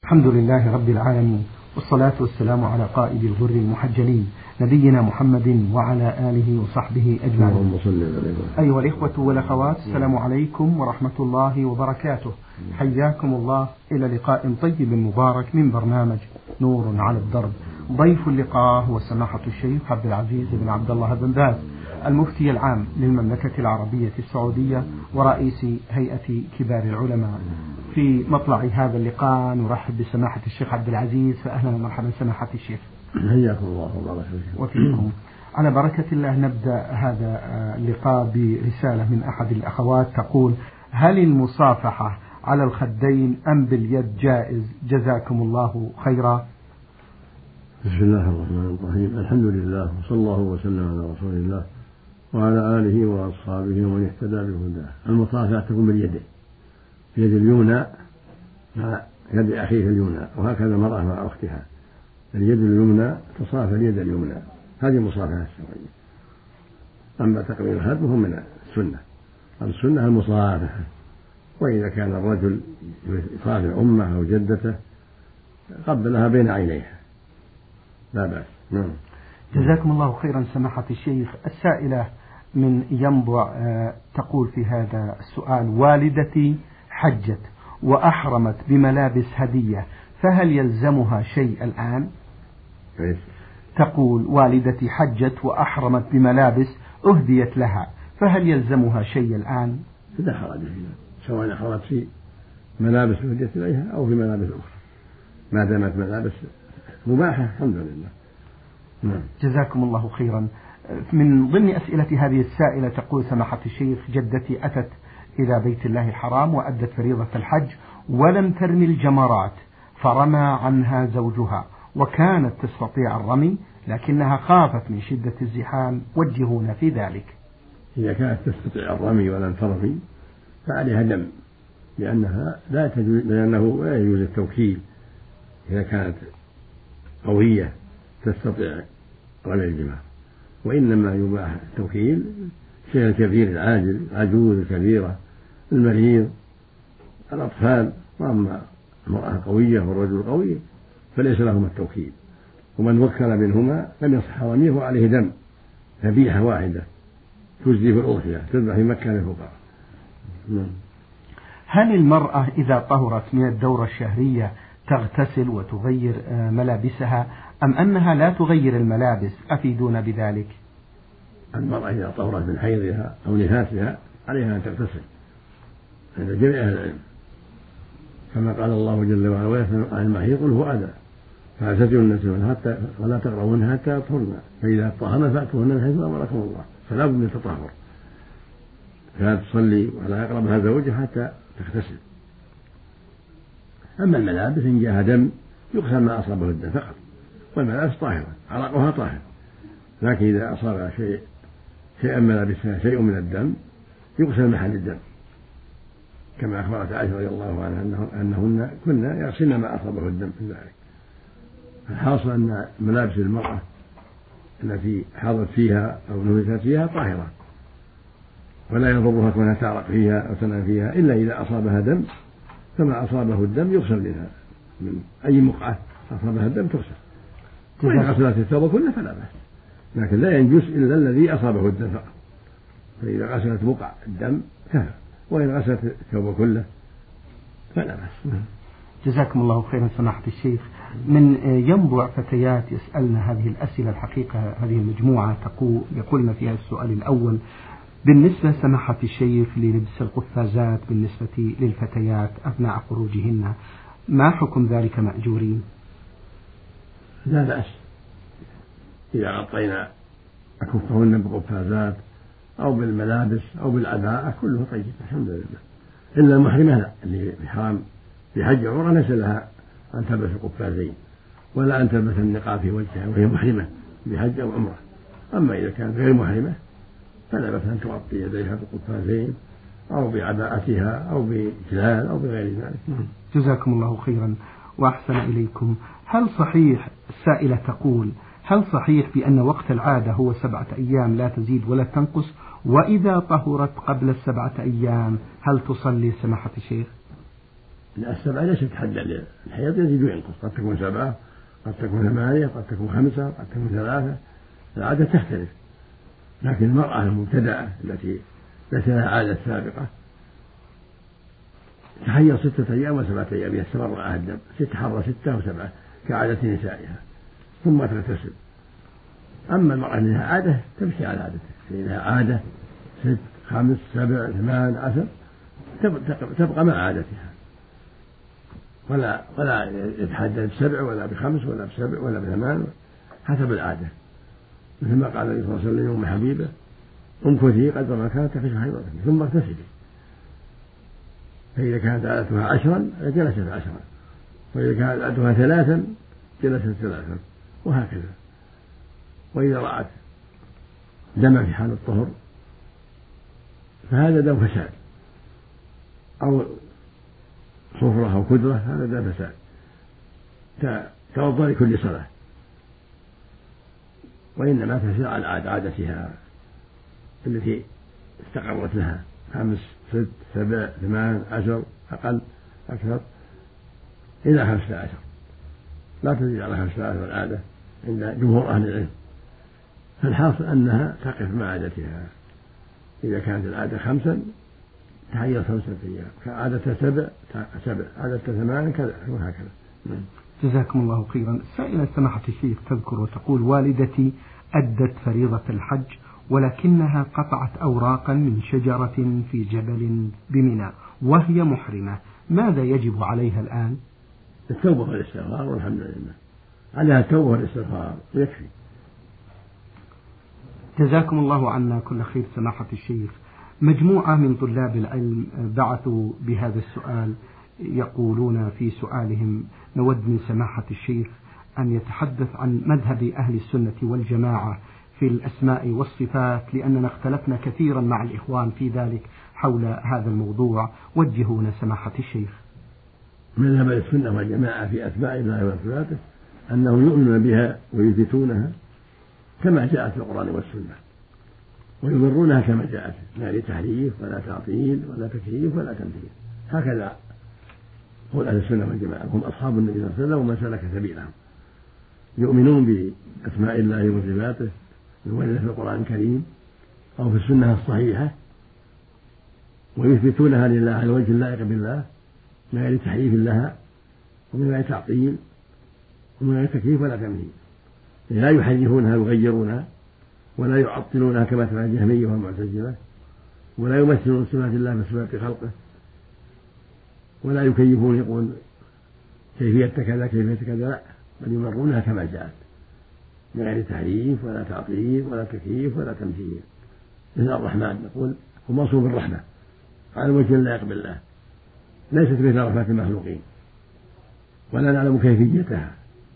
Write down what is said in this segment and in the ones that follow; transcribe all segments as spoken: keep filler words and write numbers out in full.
الحمد لله رب العالمين، والصلاة والسلام على قائد الغر المحجلين نبينا محمد وعلى آله وصحبه أجمعين. أيها الإخوة والأخوات، السلام عليكم ورحمة الله وبركاته. حياكم الله إلى لقاء طيب مبارك من برنامج نور على الدرب. ضيف اللقاء هو سماحة الشيخ عبد العزيز بن عبد الله بن باز، المفتي العام للمملكة العربية السعودية ورئيس هيئة كبار العلماء. في مطلع هذا اللقاء نرحب بسماحة الشيخ عبد العزيز، فأهلا ومرحبا سماحة الشيخ. حياكم الله وبارك فيكم. وفيكم. على بركة الله نبدأ هذا اللقاء برسالة من أحد الأخوات تقول: هل المصافحة على الخدين أم باليد جائز؟ جزاكم الله خيرا. بسم الله الرحمن الرحيم، الحمد لله وصلى الله وسلم على رسول الله وعلى آله وأصحابه ومن اهتدى بهداه. المصافحة تكون باليدين، اليد اليمنى مع يد أخيها اليمنى، وهكذا المرأة مع أختها، اليد اليمنى تصافى اليد اليمنى، هذه مصافحة الشرعية. أما تقبيل الخد فهو من السنة، السنة المصافحة. وإذا كان الرجل يصافح أمه أو جدته قبلها بين عينيها لا بأس. نعم. جزاكم الله خيرا سماحة الشيخ. السائلة من ينبع تقول في هذا السؤال: والدتي حجت وأحرمت بملابس هدية، فهل يلزمها شيء الآن؟ إيه؟ تقول: والدتي حجت وأحرمت بملابس أهديت لها، فهل يلزمها شيء الآن؟ لا حرج فيها، سواء أحرمت في ملابس أهديت إليها أو في ملابس أخرى، ما دامت ملابس مباحة الحمد لله. نعم. جزاكم الله خيرا. من ضمن أسئلة هذه السائلة تقول: سماحة الشيخ، جدتي أتت إلى بيت الله الحرام وأدت فريضة الحج ولم ترمي الجمرات، فرمى عنها زوجها وكانت تستطيع الرمي لكنها خافت من شدة الزحام، وجهونا في ذلك. إذا كانت تستطيع الرمي ولم ترمي فعليها دم، لأنها لا تجوز، لأنه لا يجوز التوكيل إذا كانت قوية تستطيع رمي الجمار، وإنما يباح التوكيل شيء الكبير العاجل، العجوز الكبيرة، المريض، الأطفال. وأما المرأة قوية والرجل قوي فليس لهما التوكيل، ومن وكل منهما لم يصح رميه وعليه دم، ذبيحة واحدة تجزي في الأضحية تذبح في مكة للفقراء. هل المرأة إذا طهرت من الدورة الشهرية تغتسل وتغير ملابسها أم أنها لا تغير الملابس؟ أفيدونا بذلك. المرأة إذا طهرت من حيضها أو نفاسها عليها أن تغتسل عند جميع أهل العلم، كما قال الله جل وعلا: ويسأل عن المحيض قل هو أذى فاعتزلوا النساء حتى ولا تقربوهن حتى يطهرن فإذا طهرن فأتوهن من حيث أمركم الله. فلا بد من التطهر، فلا تصلي ولا يقربها زوجها حتى تغتسل. أما الملابس إن جاءها دم يغسل ما أصابه الدم فقط، والملابس طاهرة عرقها طاهر، لكن إذا أصاب شيء شيئا ملابسها شيء من الدم يغسل محل الدم، كما أخبرت عائشة رضي الله عنها أنهن كنا يغسلن ما أصابه الدم في ذلك. الحاصل أن ملابس المرأة التي حاضت فيها أو نفست فيها طاهرة، ولا يضرها كونها تعرق فيها أو تنام فيها إلا إذا أصابها دم، فما أصابه الدم يغسل منها، من أي مقعة أصابها الدم تغسل. وإن غسلت الثوب كله فلا بأس، لكن لا ينجس إلا الذي أصابه الدم فقط، فإذا غسلت بقع الدم كفى، وإن غسلت الثوب كله فلا بأس. جزاكم الله خيرا سماحة الشيخ. من ينبع فتيات يسألنا هذه الأسئلة، الحقيقة هذه المجموعة تقول يقولنا فيها السؤال الأول: بالنسبة سماحة الشيخ للبس القفازات بالنسبة للفتيات أثناء خروجهن، ما حكم ذلك مأجورين؟ لا بأس إذا غطينا أكفهن بقفازات أو بالملابس أو بالعباءة كله طيب الحمد لله، إلا المحرمة لا، اللي بحرام في حج عمره ليس لها أن تلبس القفازين ولا أن تلبس النقاب في وجهها وهي محرمة بحج أو عمره. أما إذا كانت غير محرمة فلا بأس أن تغطي يديها بالقفازين أو بعباءتها أو بجلال أو بغير ذلك. جزاكم الله خيرا وأحسن إليكم. هل صحيح، السائلة تقول: هل صحيح بأن وقت العادة هو سبعة أيام لا تزيد ولا تنقص، وإذا طهرت قبل السبعة أيام هل تصلي سماحة الشيخ؟ السبعة ليست حدا للحيض، يزيد وينقص، قد تكون سبعة، قد تكون ثمانية، قد تكون خمسة، قد تكون ثلاثة، العادة تختلف. لكن المرأة المبتدأة التي ليس لها عادة سابقة تحيض ستة أيام وسبعة أيام يستمر معها الدم، ست حرة ستة وسبعة كعادة نسائها ثم تغتسل. أما المرأة اللي لها عادة تمشي على عادتها، اللي لها عادة ست خمس سبع ثمان عشر تبقى مع عادتها، ولا ولا يتحدد بسبع ولا بخمس ولا بسبع ولا بثمان، حسب العادة، مثل ما قال النبي صلى الله عليه وسلم لأم حبيبة: امكثي قدر ما كانت تخش حيضتك ثم اغتسلي. فإذا كانت عادتها عشرا جلست عشرا، وإذا كانت عادتها ثلاثا جلست ثلاثا، وهكذا. وإذا رأت دم في حال الطهر فهذا دم فساد، أو صفرة أو كدرة، هذا دم فساد، توضأ لكل صلاة، وإنما تسير على عادتها التي استقرت لها، خمس ست سبع ثمان عشر، أقل أكثر إلى خمسة عشر، لا تزيد على خمسة عشر العادة عند جمهور أهل العلم. فالحاصل أنها تقف مع عادتها، إذا كانت العادة خمسا تحيض خمسة أيام، كعادة سبع سبع، عادة ثمان كذا، وهكذا. جزاكم الله خيرا. سائلة سماحة الشيخ تذكر وتقول: والدتي أدت فريضة الحج ولكنها قطعت أوراقا من شجرة في جبل بمنى وهي محرمة، ماذا يجب عليها الآن؟ التوبة والاستغفار، والحمد لله عليها التوبة والاستغفار يكفي. جزاكم الله عنا كل خير سماحة الشيخ. مجموعة من طلاب العلم بعثوا بهذا السؤال، يقولون في سؤالهم: نود من سماحة الشيخ أن يتحدث عن مذهب أهل السنة والجماعة في الأسماء والصفات، لأننا اختلفنا كثيرا مع الإخوان في ذلك حول هذا الموضوع، وجهونا سماحة الشيخ. مذهب السنة والجماعة في أسماء الله وصفاته أنهم يؤمنون بها ويثبتونها كما جاءت في القرآن والسنة، ويمرونها كما جاءت، لا لتحريف ولا تعطيل ولا تكييف ولا تمثيل. هكذا قول أهل السنة والجماعة، هم أصحاب النبي صلى الله عليه وسلم ومن سلك سبيلهم، يؤمنون بأسماء الله وصفاته الواردة في القرآن الكريم أو في السنة الصحيحة، ويثبتونها لله على الوجه اللائق بالله من غير تحريف لها ومن غير تعطيل ومن غير تكييف ولا تمثيل. لا يحرفونها ويغيرونها، ولا يعطلونها كما تفعل الجهمية والمعتزلة، ولا يمثلون صفات الله بصفات خلقه، ولا يكيفون يقول كيفية كذا كيفية كذا، لا، بل يمرونها كما جاءت من غير تحريف ولا تعطيل ولا تكييف ولا تمثيل. مثل الرحمن نقول هو موصوف بالرحمة على وجه اللائق بالله، ليست مثل رحمة المخلوقين، ولا نعلم كيفيتها،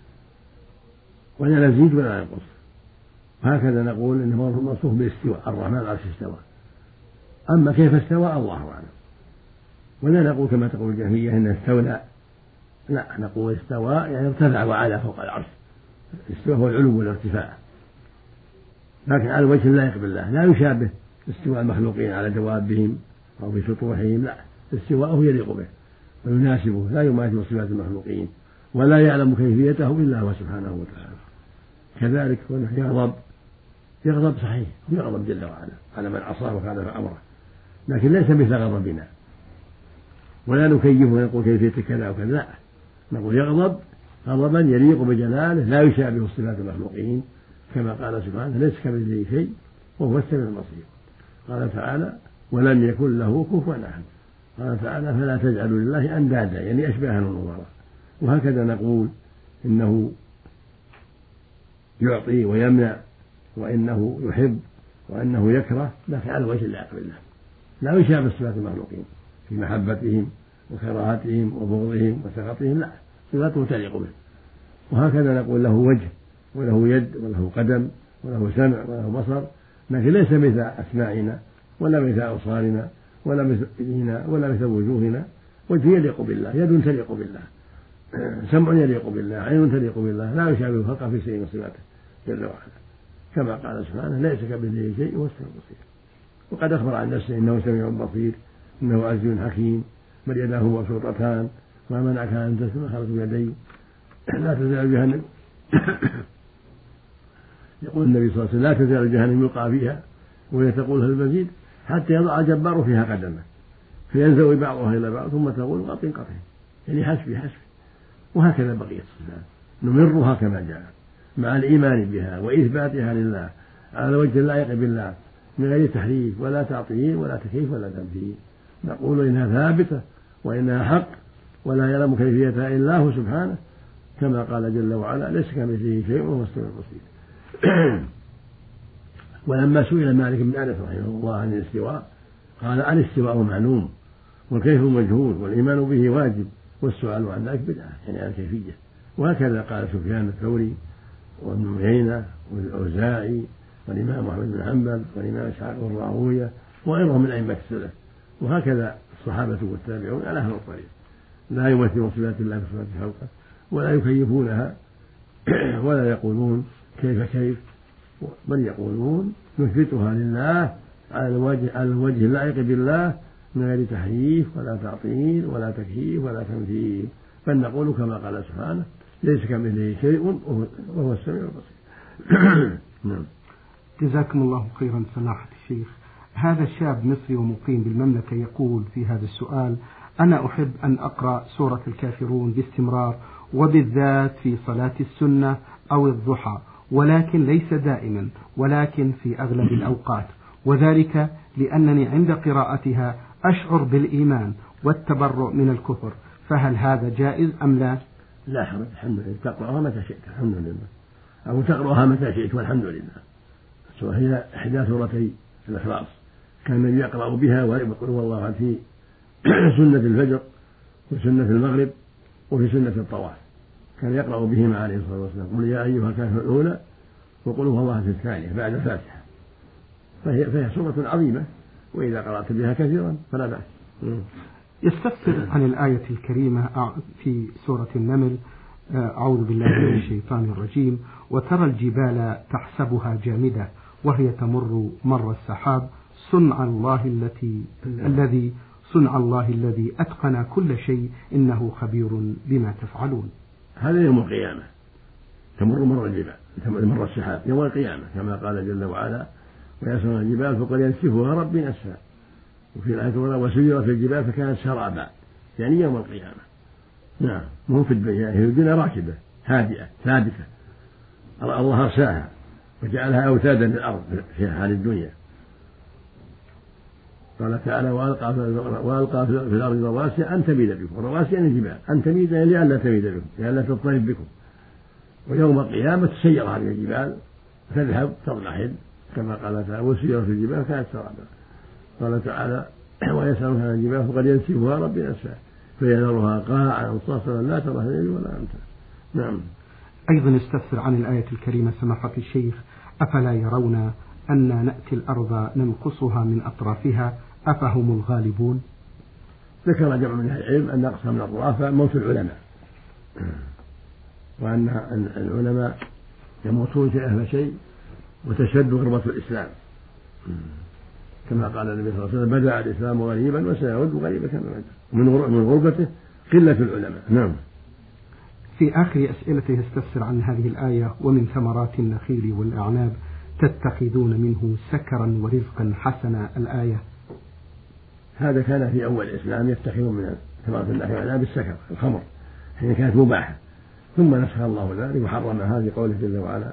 ولا نزيد ولا ننقص. هكذا نقول إنه موصوف بالاستواء، الرحمن على العرش استوى، أما كيف استوى الله أعلم. ولا نقول كما تقول الجهمية إنه استولى، لا، نقول استوى يعني ارتفع وعلى فوق العرش، الاستواء هو العلو والارتفاع، لكن على وجه اللائق بالله، لا يشابه استواء المخلوقين على دوابهم أو في سطوحهم، لا، استواءه يليق به ويناسبه، لا يماثل صفات المخلوقين، ولا يعلم كيفيته إلا هو سبحانه وتعالى. كذلك يغضب يغضب صحيح، يغضب جل وعلا على من عصاه وخالف أمره، لكن ليس مثل غضبنا، ولا نكيف ونقول كيفية كذا وكذا، لا، نقول يغضب غضبا يليق بجلاله لا يشابه صفات المخلوقين، كما قال سبحانه: ليس كمثله شيء وهو السميع البصير. قال تعالى: ولم يكن له كفوا أحد. قال تعالى: فلا تجعلوا لله أندادا، يعني أشباها ونظرا. وهكذا نقول إنه يعطي ويمنع، وإنه يحب وإنه يكره، لكن على وجه اللائق بالله، لا يشابه صفات المخلوقين في محبتهم وكراهتهم وبغضهم وسخطهم، لا، صفاته تليق به. وهكذا نقول له وجه وله يد وله قدم وله سمع وله بصر، لكن ليس مثل أسماعنا ولا مثل أبصارنا ولا مثل إيدينا ولا مثل وجوهنا. وجه يليق بالله، يد تليق بالله، سمع يليق بالله، عين تليق بالله، لا يشابه خلقه في شيء من صفاته جل وعلا، كما قال سبحانه: ليس كمثله شيء وهو السميع البصير. وقد أخبر عن نفسه إنه سميع بصير، إنه عزيز حكيم، بل يداه مبسوطتان ما منعك أن تسمع خلق بيدي لا تزال جهنم يقول النبي صلى الله عليه وسلم لا تزال جهنم يلقى فيها وهي تقول هل المزيد حتى يضع الجبار فيها قدمه فينزوي بعضها إلى بعض ثم تقول قطن قطن يعني حسبي حسبي. وهكذا بقية الصفات نمرها كما جاء مع الإيمان بها وإثباتها لله على وجه اللائق بالله من غير تحريف ولا تعطيل ولا تكييف ولا تمثيل. نقول إنها ثابتة وإنها حق ولا يعلم كيفيتها إلا هو سبحانه كما قال جل وعلا ليس كمثله شيء وهو السميع البصير. ولما سئل مالك بن أنس رحمه الله عن الاستواء قال الاستواء معلوم والكيف مجهول والإيمان به واجب والسؤال عن ذلك بدعة يعني عن الكيفية. وهكذا قال سفيان الثوري وابن عيينة والأوزاعي والإمام أحمد بن حنبل والإمام إسحاق بن راهويه وغيرهم من أئمة السلف. وهكذا الصحابة والتابعون على هذا الطريق لا يمثلون صفات الله بصفات خلقه ولا يكيفونها ولا يقولون كيف كيف بل يقولون نثبتها لله على الوجه على الوجه اللائق بالله من غير تحريف ولا تعطيل ولا تكييف ولا تمثيل بل نقول كما قال سبحانه ليس كمثله شيء وهو السميع البصير. نعم. جزاكم الله خيرا سماحة الشيخ. هذا شاب مصري ومقيم بالمملكة يقول في هذا السؤال أنا أحب أن أقرأ سورة الكافرون باستمرار وبالذات في صلاة السنة أو الضحى ولكن ليس دائما ولكن في أغلب الأوقات وذلك لأنني عند قراءتها أشعر بالإيمان والتبرؤ من الكفر فهل هذا جائز أم لا؟ لا حرج الحمد لله تقرأها متى شئت الحمد لله أو تقرأها متى شئت والحمد لله. هي إحدى سورتي الإخلاص كان النبي يقرأ بها ويقول والله في سنة الفجر وسنة المغرب وفي سنة الطواف كان يقرأ بهما عليه الصلاة والسلام قل يا أيها الكافرون الأولى وقل هو الله في الثانية بعد الفاتحة فهي, فهي سورة عظيمة وإذا قرأت بها كثيرا فلا بأس. يستفسر عن الآية الكريمة في سورة النمل أعوذ بالله من الشيطان الرجيم وترى الجبال تحسبها جامدة وهي تمر مر السحاب صنع الله التي الذي صنع الله الذي أتقن كل شيء إنه خبير بما تفعلون. هذا يوم القيامة تمر مر الجبال مر السحاب يوم القيامة كما قال جل وعلا ويسر الجبال فقد ينسفها ربي نسفا وفي الآية وسيرت الجبال فكانت سرابا يعني يوم القيامة. نعم مو في الدنيا هي الدنيا راكبة هادئة ثابتة الله أرساها وجعلها أوتادا للأرض في حال الدنيا. قال تعالى وألقى وألقى في الأرض رواسي أن تميد بكم رواسي أن الجبال أن تميد لئلا تميد بكم لئلا تضطرب بكم. ويوم القيامة تسير هذه الجبال تذهب تضمحل كما قال تعالى وسيرت الجبال كانت سرابا. قال تعالى ويسألونك عن الجبال فقد ينسفها ربي نسفا فيذرها قاعا صفصفا لا ترى فيها ولا أمتا. نعم. أيضا يستفسر عن الآية الكريمة سماحة الشيخ أفلا يرون أن نأتي الأرض ننقصها من أطرافها أفهم الغالبون؟ ذكر جمع من العلم أن نقصها من أطرافها موت العلماء وأن العلماء يموتون شيئا فشيء وتشد غربة الإسلام كما قال النبي صلى الله عليه وسلم بدأ الإسلام غريبا وسيعود غريبا كما بدأ من غربته قلة العلماء. نعم. في آخر أسئلته يستفسر عن هذه الآية ومن ثمرات النخيل والأعناب تتخذون منه سكرا ورزقا حسنا الآية. هذا كان في أول الإسلام يتخذون من ثمرات النخيل والأعناب السكر الخمر حين كانت مباحة ثم نسخ الله ذلك وحرم هذه قوله جل وعلا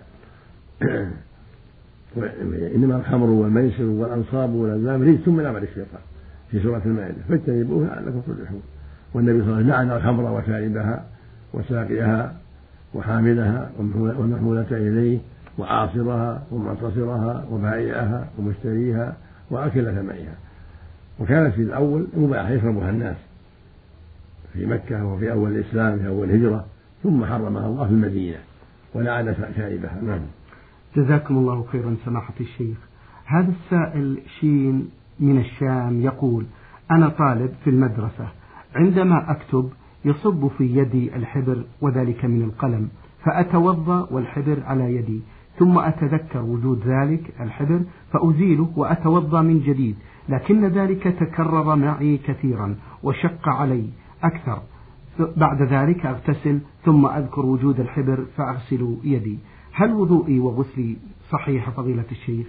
إنما الخمر والميسر والأنصاب والأزلام رجس من عمل الشيطان في سورة المائدة فاجتنبوه لعلكم تفلحون. والنبي صلى الله عليه وسلم لعن الخمر وشاربها وساقيها وحاملها والمحمولة إليه وعاصرها ومعتصرها وبائعها ومشتريها وأكل ثمنها. وكانت في الأول مباحة يشربها الناس في مكة وفي أول الإسلام في أول الهجرة ثم حرمها الله في المدينة ولعن شاربها. نعم. جزاكم الله خيرا سماحة الشيخ. هذا السائل شين من الشام يقول أنا طالب في المدرسة عندما أكتب يصب في يدي الحبر وذلك من القلم فأتوضأ والحبر على يدي ثم أتذكر وجود ذلك الحبر فأزيله وأتوضأ من جديد لكن ذلك تكرر معي كثيرا وشق علي أكثر بعد ذلك أغتسل ثم أذكر وجود الحبر فأغسل يدي. هل وضوئي وغسلي صحيح فضيلة الشيخ؟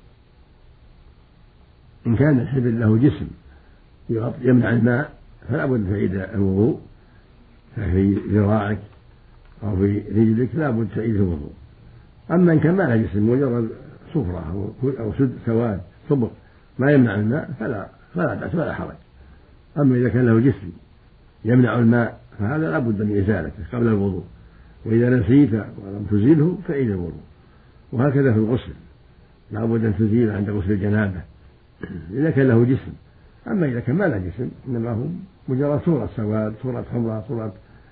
إن كان الحبر له جسم يمنع الماء فلا بد تعيد الوضوء، ففي ذراعك أو في رجلك لا بد تعيد الوضوء. أما إن كان ما له جسم مجرد صفرة أو سد سواد صبغ ما يمنع الماء فلا فلا بأس ولا حرج. أما إذا كان له جسم يمنع الماء فهذا لا بد من إزالته قبل الوضوء، وإذا نسيت ولم تزيله فعيد الوضوء. وهكذا في الغسل لا بد أن تزيل عند غسل الجنابة إذا كان له جسم. أما إذا كان ما له جسم إنما هو مجرد صورة سواد صورة حمراء صورة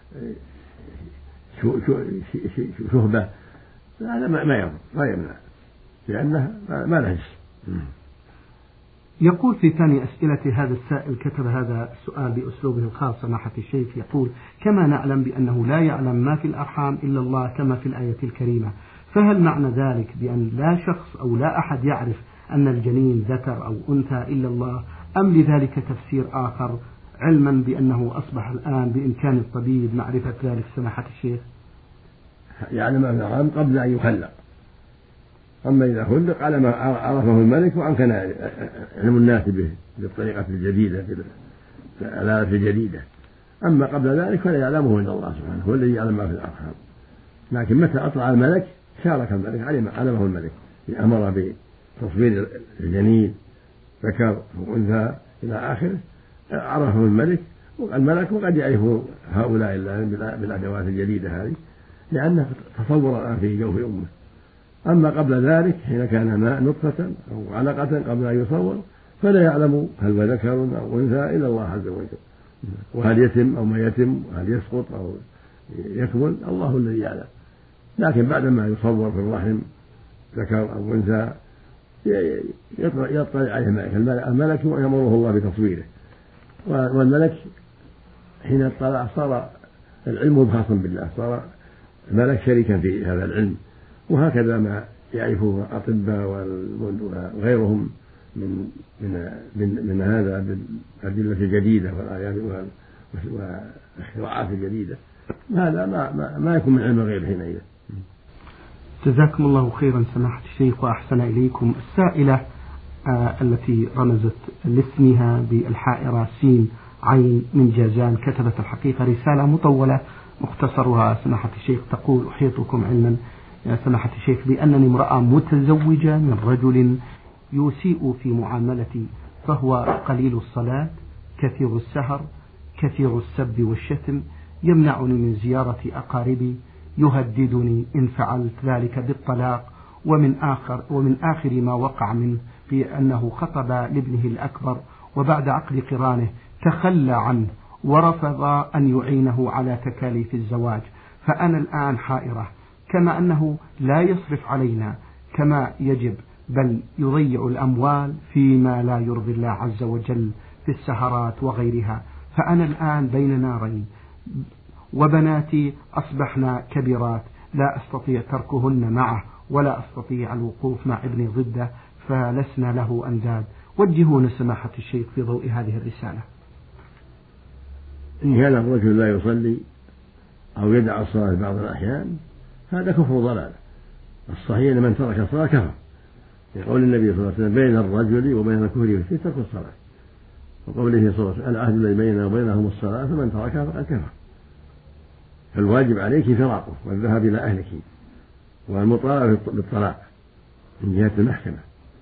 شهبة هذا ما يضر ما يمنع لأنه ما له جسم. يقول في ثاني أسئلة هذا السائل كتب هذا السؤال بأسلوبه الخاص سماحة الشيخ، يقول: كما نعلم بأنه لا يعلم ما في الأرحام إلا الله كما في الآية الكريمة، فهل معنى ذلك بأن لا شخص أو لا أحد يعرف أن الجنين ذكر أو أنثى إلا الله، أم لذلك تفسير آخر علما بأنه أصبح الآن بإمكان الطبيب معرفة ذلك سماحة الشيخ؟ يعلم ما في الأرحام قبل أن يخلق، أما إذا خلق على ما عرفه الملك وأمكن علم الناس به بالطريقة الجديدة بالآلات الجديدة. أما قبل ذلك فلا يعلمه إلا الله سبحانه، هو الذي يعلم ما في الأرحام. لكن متى أطلع الملك شارك الملك علمه الملك، أمر بتصوير الجنين ذكر وأنثى إلى آخره عرفه الملك والملك، وقد يعرف هؤلاء بالأدوات الجديدة هذه لأنه تصور الآن في جوف أمه. أما قبل ذلك حين كان ماء نطفة أو علقة قبل أن يصور فلا يعلم هل هو ذكر أو أنثى إلا الله عز وجل، وهل يتم أو ما يتم وهل يسقط أو يكمل الله الذي يعلم. لكن بعدما يصور في الرحم ذكر أو أنثى يطلع عليه الملك ويأمره الله بتصويره، والملك حين اطلع صار العلم خاصا بالله، صار الملك شريكا في هذا العلم. وهكذا ما يعرفه الأطباء وغيرهم من من من, من هذا بالأدلة الجديدة والآيات والاختراعات الجديدة، هذا ما, ما, ما يكون من علم الغيب حينئذ. جزاكم الله خيرا سماحة الشيخ وأحسن إليكم. السائلة آه التي رمزت لاسمها بالحائرة سين عين من جازان كتبت الحقيقة رسالة مطولة مختصرها سماحة الشيخ، تقول: أحيطكم علما يا سماحة الشيخ بأنني امرأة متزوجة من رجل يسيء في معاملتي، فهو قليل الصلاة كثير السهر كثير السب والشتم، يمنعني من زيارة أقاربي، يهددني إن فعلت ذلك بالطلاق، ومن آخر ومن آخر ما وقع منه في أنه خطب لابنه الأكبر وبعد عقد قرانه تخلى عنه ورفض أن يعينه على تكاليف الزواج. فأنا الآن حائرة، كما أنه لا يصرف علينا كما يجب بل يضيع الأموال فيما لا يرضي الله عز وجل في السهرات وغيرها. فأنا الآن بين نارين، وبناتي أصبحن كبيرات لا أستطيع تركهن معه ولا أستطيع الوقوف مع ابني ضده، فلسنا له أنداد. وجهونا سماحة الشيخ في ضوء هذه الرسالة. إن كان الرجل لا يصلي أو يدع الصلاة في بعض الأحيان هذا كفر ضلال. الصحيح أن من ترك الصلاة كفر، يقول النبي صلى الله عليه وسلم: بين الرجل وبين الكفر والشرك ترك الصلاة، وقوله صلى الله عليه وسلم: العهد الذي بيننا وبينهم الصلاة فمن تركها فقد كفر. فالواجب عليك فراقه والذهاب إلى أهلك والمطالبة بالطلاق من جهة المحكمة.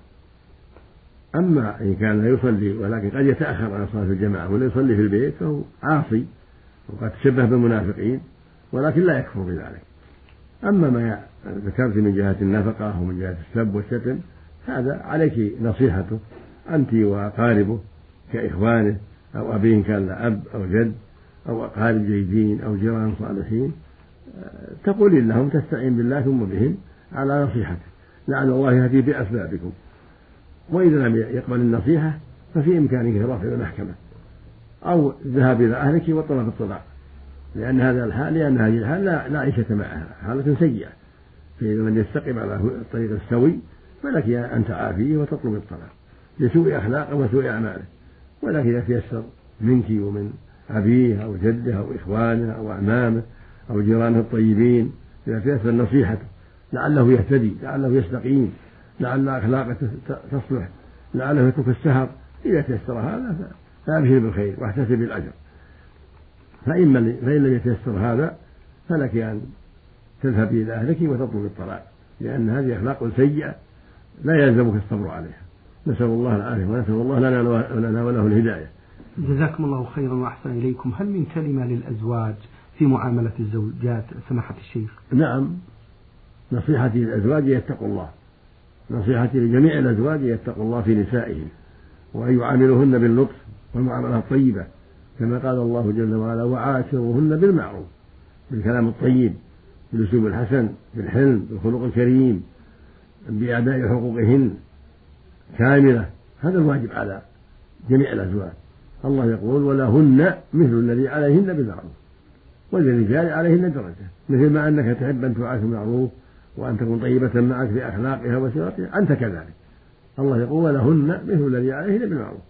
أما إن كان لا يصلي ولكن قد يتأخر عن صلاة الجماعة ولا يصلي في البيت فهو عاصي وقد تشبه بالمنافقين ولكن لا يكفر بذلك. أما ما ذكرت من جهة النفقة ومن جهة السب والشتم هذا عليك نصيحته أنت وأقاربه كإخوانه أو أبيه كان له أب أو جد أو أقارب جيدين أو جيران صالحين، تقولين لهم تستعين بالله ثم بهم على نصيحته لعل الله يهدي بأسبابكم. وإذا لم يقبل النصيحة ففي إمكانك رفع المحكمة أو الذهاب إلى أهلك وطلب الطلاق، لأن هذا الحال لأن هذه الحال لا, لا عيشة معها، حالة سيئة. فإذا من يستقيم على الطريق السوي فلك أن تعافيه وتطلب الطلاق لسوء أخلاقه وسوء أعماله. ولكن إذا تيسر منك ومن أبيه أو جده أو إخوانه أو أعمامه أو جيرانه الطيبين إذا تيسر نصيحته لعله يهتدي، لعله يستقيم، لعل أخلاقه تصلح، لعله يترك السهر. إذا تيسر هذا فأبشر بالخير واحتسب الأجر. فإن لم يتيسر هذا فلك أن تذهبي إلى أهلك وتطلب الطلاق، لأن هذه أخلاق سيئة لا يلزمك الصبر عليها. نسأل الله العافية ونسأل الله لنا وله الهداية. جزاكم الله خيرا وأحسن إليكم. هل من كلمة للأزواج في معاملة الزوجات سماحة الشيخ؟ نعم، نصيحتي للأزواج يتقوا الله، نصيحتي لجميع الأزواج يتقوا الله في نسائهم وأن يعاملوهن باللطف والمعاملة الطيبة كما قال الله جل وعلا وعاشروهن بالمعروف، بالكلام الطيب، بالأسلوب الحسن، بالحلم، بالخلق الكريم، بأداء حقوقهن كاملة. هذا الواجب على جميع الأزواج. الله يقول ولهن مثل الذي عليهن بالمعروف وللرجال عليهن درجة، مثل ما أنك تحب أن تعاش بالمعروف وأن تكون طيبة معك في أخلاقها وسيرتها أنت كذلك. الله يقول ولهن مثل الذي عليهن بالمعروف.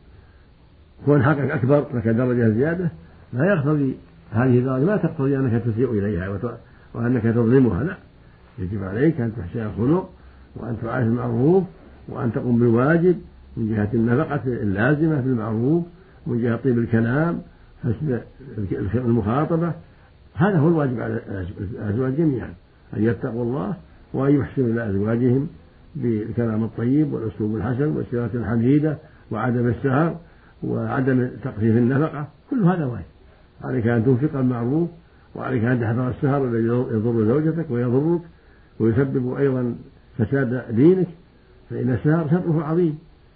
كون حقك أكبر لك درجة زيادة لا يقتضي هذه الدرجة لا تقتضي أنك تسيء إليها وأنك تظلمها، لا، يجب عليك أن تحسن الخلق وأن تعاش بالمعروف وأن تقوم بالواجب من جهة النفقة اللازمة في المعروف ومن جهة طيب الكلام حسن المخاطبة. هذا هو الواجب على الأزواج جميعا، أن يتقوا الله وأن يحسنوا إلى أزواجهم بالكلام الطيب والأسلوب الحسن والسيرة الحميدة وعدم السهر وعدم تقصير النفقة. كل هذا واجب عليك أن تنفق المعروف وعليك أن تحذر السهر الذي يضر زوجتك ويضرك ويسبب أيضا فساد دينك، فإن السهر شره عظيم،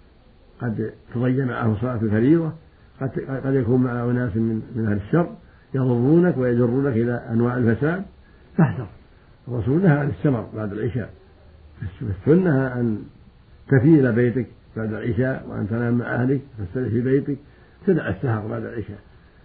قد تضيع معه صلاة الفريضة، قد قد يكون مع أناس من من أهل الشر يضرونك ويجرونك إلى أنواع الفساد. فاحذر. الرسول نهى عن السمر بعد العشاء، السنة أن تفي إلى بيتك بعد العشاء وأن تنام مع أهلك تستريح في بيتك، تدع السهر بعد العشاء.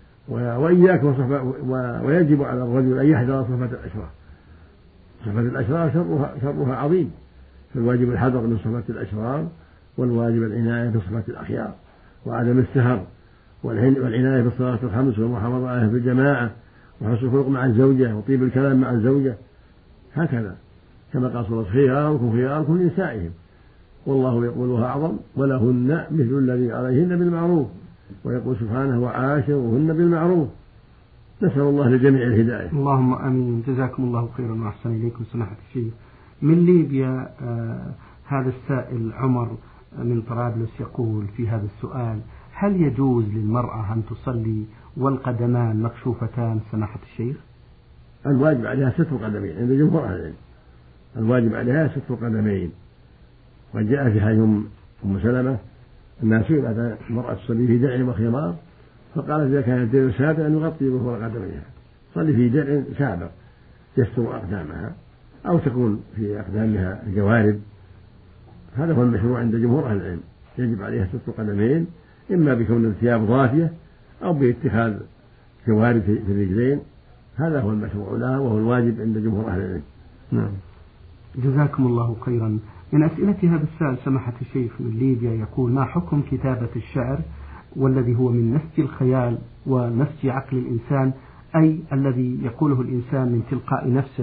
وإياك وصحبة ويجب على الرجل أن يحذر صحبة الأشرار. صحبة الأشرار شرها, شرها عظيم، فالواجب الحذر من صحبة الأشرار والواجب العناية بصحبة الأخيار وعدم السهر والعناية بالصلاة الخمس والمحافظة عليها في الجماعة وحسن الخلق مع الزوجة وطيب الكلام مع الزوجة، هكذا كما قال صلى الله عليه وسلم خياركم خياركم لنسائهم، والله يقولها أعظم ولهن مثل الذي عليهن بالمعروف، ويقول سبحانه وعاشروهن بالمعروف. نسأل الله لجميع الهداية. اللهم آمين. جزاكم الله خيرا وأحسن إليكم سماحة الشيخ. من ليبيا آه هذا السائل عمر من طرابلس يقول في هذا السؤال: هل يجوز للمرأة أن تصلي والقدمان مكشوفتان سماحة الشيخ؟ الواجب عليها ستر قدمين عند جمهور أهل العلم، الواجب عليها ستر قدمين. وجاء في حديث أم سلمة أنها سئلت المرأة تصلي في درع وخمار فقالت إذا كان الدرع سابقا أن يغطي ظهور قدميها، صلي في درع سابق يستر أقدامها أو تكون في أقدامها جوارب. هذا هو المشروع عند جمهور أهل العلم. يجب عليها ستر قدمين إما بكون الثياب ضافية أو باتخاذ جوارب في الرجلين، هذا هو المشروع لها وهو الواجب عند جمهور أهل العلم. نعم. جزاكم الله خيرا. من أسئلة هذا السائل سماحة الشيخ من ليبيا يقول: ما حكم كتابة الشعر والذي هو من نسج الخيال ونسج عقل الإنسان، أي الذي يقوله الإنسان من تلقاء نفسه؟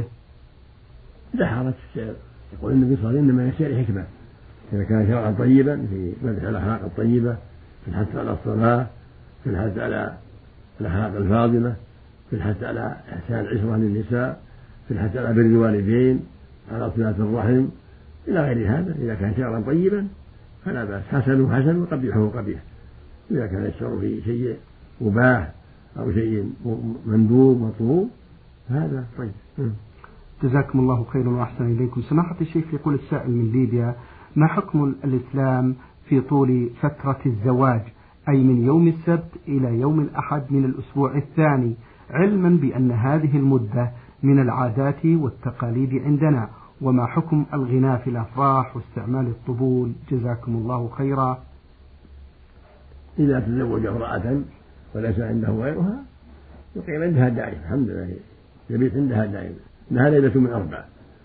لا حرج في الشعر. يقول النبي صلى الله عليه وسلم: إنما الشعر حكمة، إذا كان شرعا طيبا في مدح الأخلاق الطيبة، في الحث على الصلاة، في الحث على الأخلاق الفاضلة، في الحث على إحسان العشرة للنساء، في الحث على بر الوالدين، على صلة الرحم، إلى غير هذا. إذا كان شعرا طيبا فلا بأس، حسن حسن وقبيحه قبيح. إذا كان الشعر في شيء مباح أو شيء مندوب مطلوب هذا طيب. جزاكم الله خيرا وأحسن إليكم سماحة الشيخ. يقول السائل من ليبيا: ما حكم الإسلام في طول فترة الزواج، أي من يوم السبت إلى يوم الأحد من الأسبوع الثاني، علما بأن هذه المدة من العادات والتقاليد عندنا، وما حكم الغناء في الأفراح واستعمال الطبول؟ جزاكم الله خيرا. إذا تزوج امرأة وليس عنده غيرها يقيم عندها دائم، الحمد لله، يبيت عندها دائم، إنها ليلة من أربعة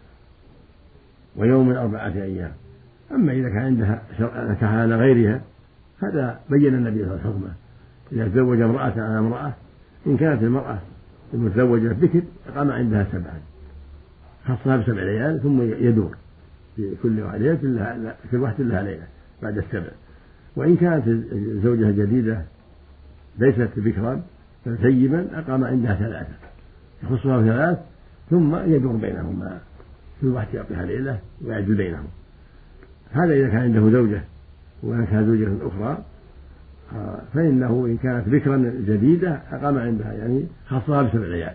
ويوم من أربعة أيام. أما إذا كان عندها نكاح على غيرها هذا بين النبي صلى الله عليه وسلم: إذا تزوج امرأة على امرأة إن كانت المرأة المتزوجة بكر أقام عندها سبعا، خصها بسبع ليال ثم يدور في كل واحدة كل واحدة لها ليلة بعد السبع. وإن كانت الزوجة الجديدة ليست بكرا بل ثيبا أقام عندها ثلاثة، يخصها بثلاث ثم يدور بينهما، كل واحدة يعطيها ليلة ويعدل بينهم. هذا إذا كان عنده زوجة. وإن كانت زوجة أخرى فإنه إن كانت بكرا جديدة أقام عندها يعني خصها بسبع ليال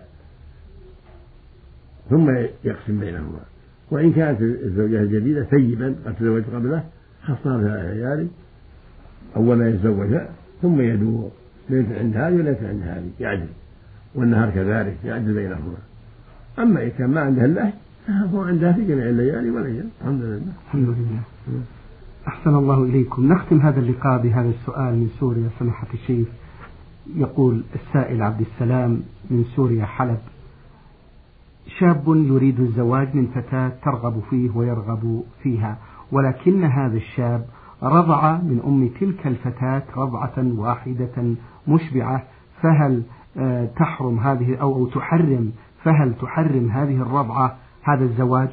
ثم يقسم بينهما. وإن كانت الزوجة الجديدة ثيبا قد تزوجت قبله خصها بثلاث ليال أول ما يتزوج ثم يدور ليلة عند هذه وليلة عند هذه يعدل، والنهار كذلك يعدل بينهما. أما إذا كان ما عندها الله فهو عندها في جميع الليالي والأيام. الحمد لله. الحمد لله. أحسن الله إليكم. نختم هذا اللقاء بهذا السؤال من سوريا سماحة الشيخ. يقول السائل عبد السلام من سوريا حلب: شاب يريد الزواج من فتاة ترغب فيه ويرغب فيها، ولكن هذا الشاب رضع من أم تلك الفتاة رضعة واحدة مشبعة، فهل تحرم هذه أو تحرم فهل تحرم هذه الرضعة هذا الزواج؟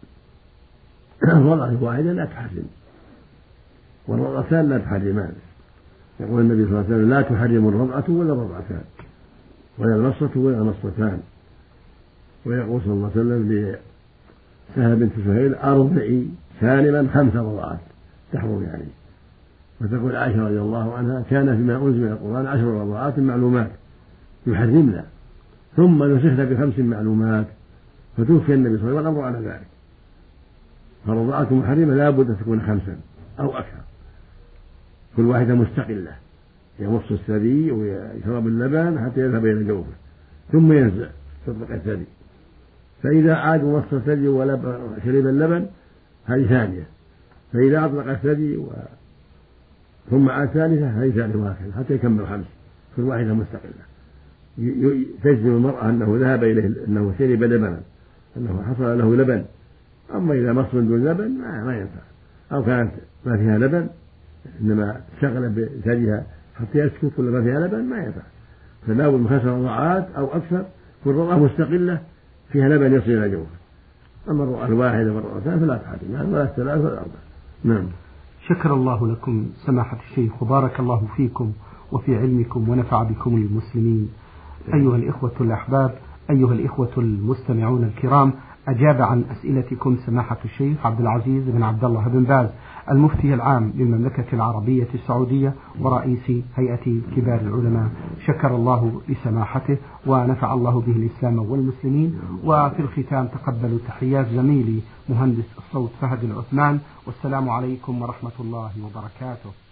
الرضعة الواحدة لا تحرم، والرضعتان لا تحرمان. يقول النبي صلى الله عليه وسلم: لا تحرم الرضعة ولا الرضعتان ولا المصة ولا المصتان. ويقول صلى الله عليه وسلم لسهل بنت سهيل: أرضعي سالما خمس رضعات تحرم يعني. وتقول عائشة رضي الله عنها: كان فيما أنزل من القرآن عشر رضعات معلومات يحرمنا ثم نسخنا بخمس معلومات فتوفي النبي صلى الله عليه وسلم والأمر على ذلك. فالرضاعة المحرمة لا بد أن تكون خمسا أو أكثر، كل واحدة مستقلة، يمص الثدي ويشرب اللبن حتى يذهب إلى جوفه ثم ينزع تطلق الثدي. فإذا عاد مص الثدي وشرب اللبن هذه ثانية، فإذا أطلق الثدي و... ثم عاد ثالثة هذه ثالثة وهكذا حتى يكمل خمس، كل واحدة مستقلة. تجزم المرأة أنه ذهب إليه أنه شرب لبنا، أنه حصل له لبن. أما إذا مص دون لبن ما, ما ينفع، أو كانت ما فيها لبن إنما شغل بثديها حتى يسكت كل ما فيها لبن ما ينفع. فلا بد من خمس رضعات أو أكثر، كل رضعة مستقلة فيها لبن يصل إلى جوفه. أما الرضعة الواحدة والرضعتان فلا تحرم، ولا الثلاث ولا الأربع. نعم. شكر الله لكم سماحة الشيخ وبارك الله فيكم وفي علمكم ونفع بكم المسلمين. أيها الإخوة الأحباب، أيها الإخوة المستمعون الكرام، أجاب عن أسئلتكم سماحة الشيخ عبد العزيز بن عبد الله بن باز المفتي العام للمملكة العربية السعودية ورئيس هيئة كبار العلماء. شكر الله لسماحته ونفع الله به الإسلام والمسلمين. وفي الختام تقبلوا تحيات زميلي مهندس الصوت فهد العثمان، والسلام عليكم ورحمة الله وبركاته.